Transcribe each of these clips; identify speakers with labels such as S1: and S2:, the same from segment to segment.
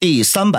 S1: 第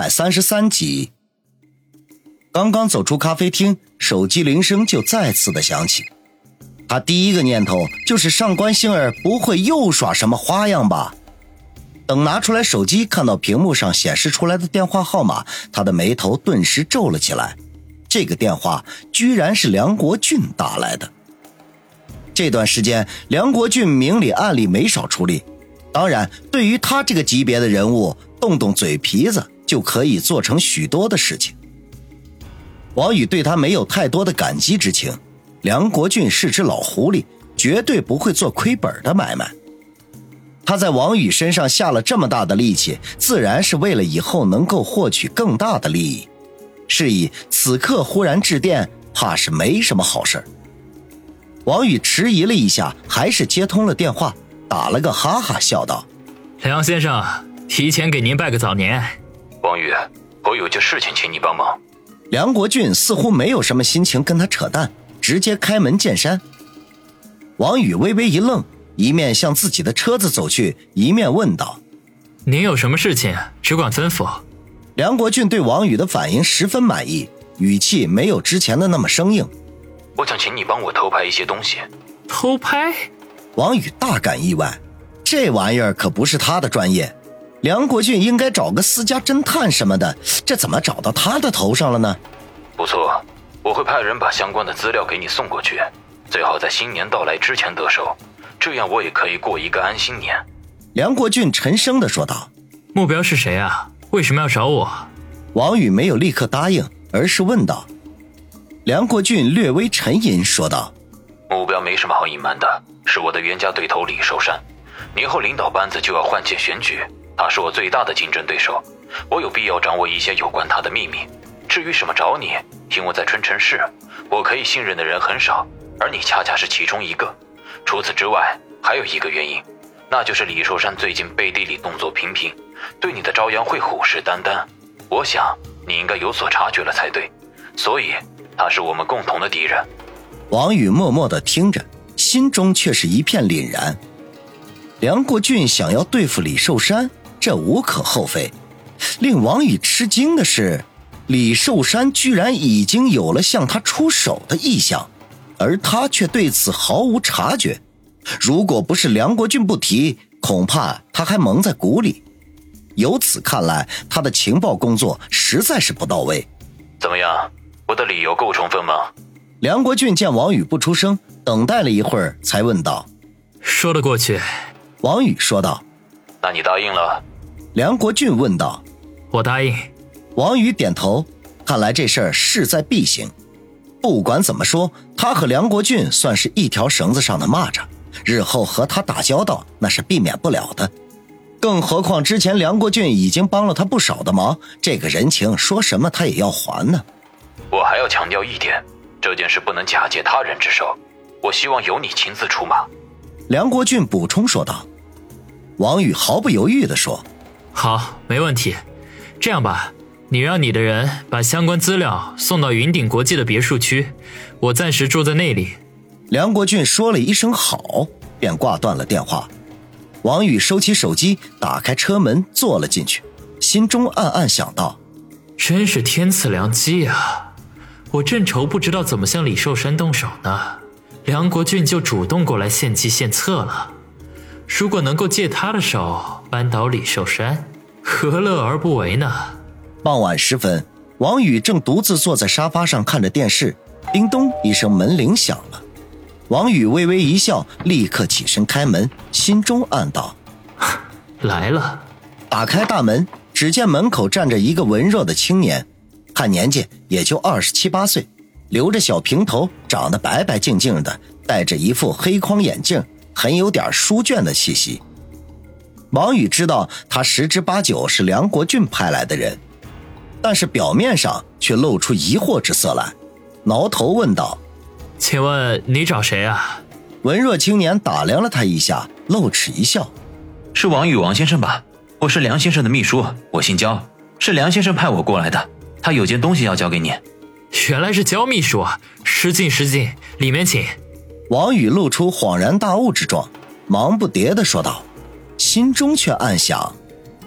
S1: 333集。刚刚走出咖啡厅，手机铃声就再次的响起。他第一个念头就是上官星儿不会又耍什么花样吧？等拿出来手机，看到屏幕上显示出来的电话号码，他的眉头顿时皱了起来。这个电话居然是梁国俊打来的。这段时间梁国俊明里暗里没少出力，当然对于他这个级别的人物，动动嘴皮子就可以做成许多的事情。王宇对他没有太多的感激之情，梁国俊是只老狐狸，绝对不会做亏本的买卖。他在王宇身上下了这么大的力气，自然是为了以后能够获取更大的利益。是以此刻忽然致电，怕是没什么好事。王宇迟疑了一下，还是接通了电话，打了个哈哈，笑道：
S2: 梁先生，提前给您拜个早年。
S3: 王宇，我有件事情请你帮忙。
S1: 梁国俊似乎没有什么心情跟他扯淡，直接开门见山。王宇微微一愣，一面向自己的车子走去，一面问道：
S2: 您有什么事情只管吩咐。
S1: 梁国俊对王宇的反应十分满意，语气没有之前的那么生硬。
S3: 我想请你帮我偷拍一些东西。
S2: 偷拍？
S1: 王宇大感意外，这玩意儿可不是他的专业，梁国俊应该找个私家侦探什么的，这怎么找到他的头上了呢？
S3: 不错，我会派人把相关的资料给你送过去，最好在新年到来之前得手，这样我也可以过一个安心年。
S1: 梁国俊沉声地说道。
S2: 目标是谁啊？为什么要找我？
S1: 王宇没有立刻答应，而是问道。梁国俊略微沉吟说道：
S3: 目标没什么好隐瞒的，是我的冤家对头李寿山。年后领导班子就要换届选举，他是我最大的竞争对手，我有必要掌握一些有关他的秘密。至于什么找你，因为在春城市，我可以信任的人很少，而你恰恰是其中一个。除此之外，还有一个原因，那就是李寿山最近背地里动作频频，对你的朝阳会虎视眈眈。我想你应该有所察觉了才对，所以他是我们共同的敌人。
S1: 王宇默默地听着，心中却是一片凛然。梁国俊想要对付李寿山，这无可厚非。令王宇吃惊的是，李寿山居然已经有了向他出手的意向，而他却对此毫无察觉。如果不是梁国俊不提，恐怕他还蒙在鼓里。由此看来，他的情报工作实在是不到位。
S3: 怎么样，我的理由够充分吗？
S1: 梁国俊见王宇不出声，等待了一会儿才问道。
S2: 说得过去。
S1: 王宇说道。
S3: 那你答应了？
S1: 梁国俊问道。
S2: 我答应。
S1: 王宇点头，看来这事儿势在必行。不管怎么说，他和梁国俊算是一条绳子上的蚂蚱，日后和他打交道那是避免不了的。更何况之前梁国俊已经帮了他不少的忙，这个人情说什么他也要还呢。
S3: 我还要强调一点，这件事不能假借他人之手，我希望由你亲自出马。
S1: 梁国俊补充说道。王宇毫不犹豫地说：
S2: 好，没问题。这样吧，你让你的人把相关资料送到云顶国际的别墅区，我暂时住在那里。
S1: 梁国俊说了一声好，便挂断了电话。王宇收起手机，打开车门坐了进去，心中暗暗想到：
S2: 真是天赐良机啊！我正愁不知道怎么向李寿山动手呢，梁国俊就主动过来献计献策了。如果能够借他的手扳倒李寿山，何乐而不为呢？
S1: 傍晚时分，王宇正独自坐在沙发上看着电视，叮咚一声门铃响了。王宇微微一笑，立刻起身开门，心中暗道：
S2: 来了。
S1: 打开大门，只见门口站着一个文弱的青年，看年纪也就27、8岁，留着小平头，长得白白净净的，戴着一副黑框眼镜，很有点书卷的气息。王宇知道他十之八九是梁国俊派来的人，但是表面上却露出疑惑之色来，挠头问道：
S2: 请问你找谁啊？
S1: 文弱青年打量了他一下，露齿一笑：
S4: 是王宇王先生吧？我是梁先生的秘书，我姓焦，是梁先生派我过来的，他有件东西要交给你。
S2: 原来是焦秘书啊，失敬失敬，里面请。
S1: 王宇露出恍然大悟之状，忙不迭地说道，心中却暗想：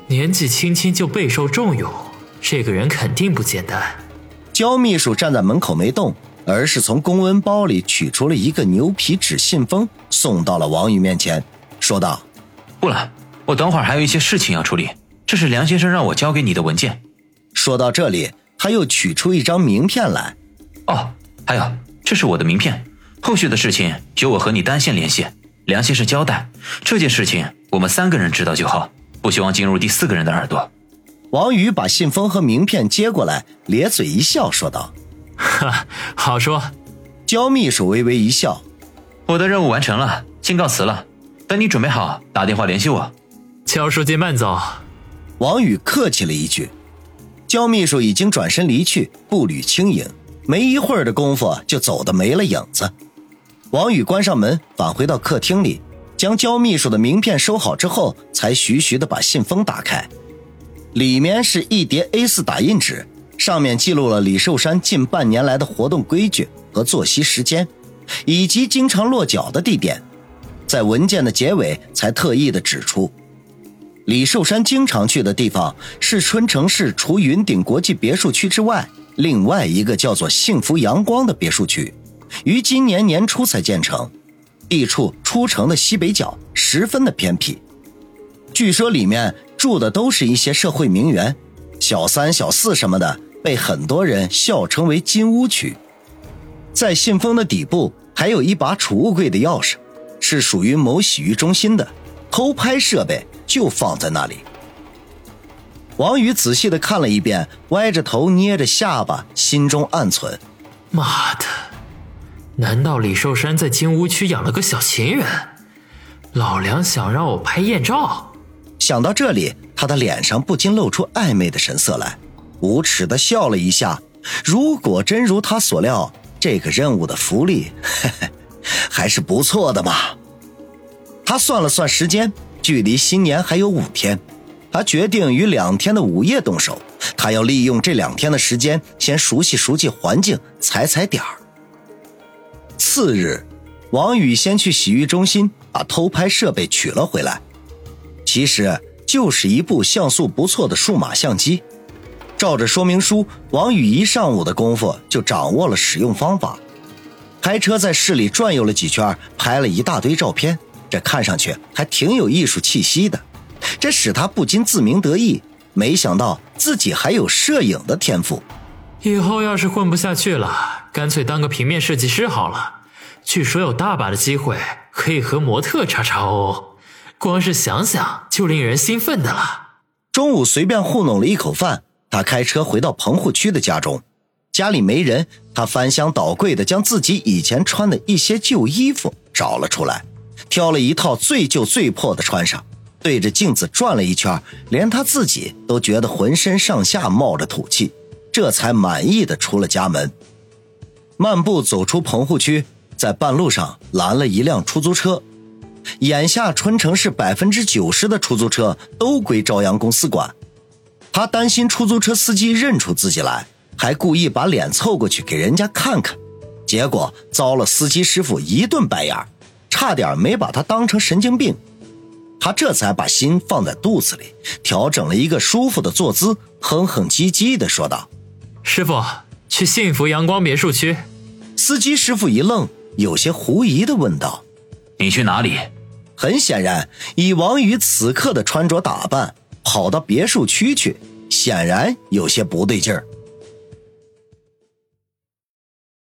S2: 年纪轻轻就备受重用，这个人肯定不简单。
S1: 焦秘书站在门口没动，而是从公文包里取出了一个牛皮纸信封，送到了王宇面前，说道：
S4: 不了，我等会儿还有一些事情要处理，这是梁先生让我交给你的文件。
S1: 说到这里，他又取出一张名片来。
S4: 哦，还有，这是我的名片，后续的事情由我和你单线联系，梁先生交代，这件事情我们3个人知道就好，不希望进入第4个人的耳朵。
S1: 王宇把信封和名片接过来，咧嘴一笑说道：
S2: 哈，好说。
S1: 焦秘书微微一笑：
S4: 我的任务完成了，先告辞了，等你准备好打电话联系我。
S2: 焦书记慢走。
S1: 王宇客气了一句。焦秘书已经转身离去，步履轻盈，没一会儿的功夫就走得没了影子。王宇关上门，返回到客厅里，将焦秘书的名片收好之后，才徐徐地把信封打开。里面是一叠 A4 打印纸，上面记录了李寿山近半年来的活动规矩和作息时间，以及经常落脚的地点。在文件的结尾才特意地指出，李寿山经常去的地方是春城市除云顶国际别墅区之外，另外一个叫做幸福阳光的别墅区，于今年年初才建成，地处出城的西北角，十分的偏僻。据说里面住的都是一些社会名媛，小三小四什么的，被很多人笑称为金屋区。在信封的底部还有一把储物柜的钥匙，是属于某洗浴中心的，偷拍设备就放在那里。王宇仔细地看了一遍，歪着头捏着下巴，心中暗忖：
S2: 妈的，难道李寿山在金屋区养了个小情人？老梁想让我拍艳照？
S1: 想到这里，他的脸上不禁露出暧昧的神色来，无耻地笑了一下。如果真如他所料，这个任务的福利还是不错的嘛。他算了算时间，距离新年还有5天，他决定于2天的午夜动手。他要利用这2天的时间，先熟悉熟悉环境，踩踩点儿。次日，王宇先去洗浴中心把偷拍设备取了回来，其实就是一部像素不错的数码相机。照着说明书，王宇1上午的功夫就掌握了使用方法。开车在市里转悠了几圈，拍了一大堆照片，这看上去还挺有艺术气息的，这使他不禁自鸣得意，没想到自己还有摄影的天赋。
S2: 以后要是混不下去了，干脆当个平面设计师好了，据说有大把的机会可以和模特叉叉哦，光是想想就令人兴奋的了。
S1: 中午随便糊弄了一口饭，他开车回到棚户区的家中。家里没人，他翻箱倒柜的将自己以前穿的一些旧衣服找了出来，挑了一套最旧最破的穿上，对着镜子转了一圈，连他自己都觉得浑身上下冒着土气，这才满意的出了家门。漫步走出棚户区，在半路上拦了一辆出租车。眼下春城市90%的出租车都归朝阳公司管，他担心出租车司机认出自己来，还故意把脸凑过去给人家看看，结果遭了司机师傅一顿白眼，差点没把他当成神经病。他这才把心放在肚子里，调整了一个舒服的坐姿，哼哼唧唧地说道：
S2: 师傅，去幸福阳光别墅区。
S1: 司机师傅一愣，有些狐疑地问道：
S4: 你去哪里？
S1: 很显然，以王宇此刻的穿着打扮，跑到别墅区去，显然有些不对劲儿。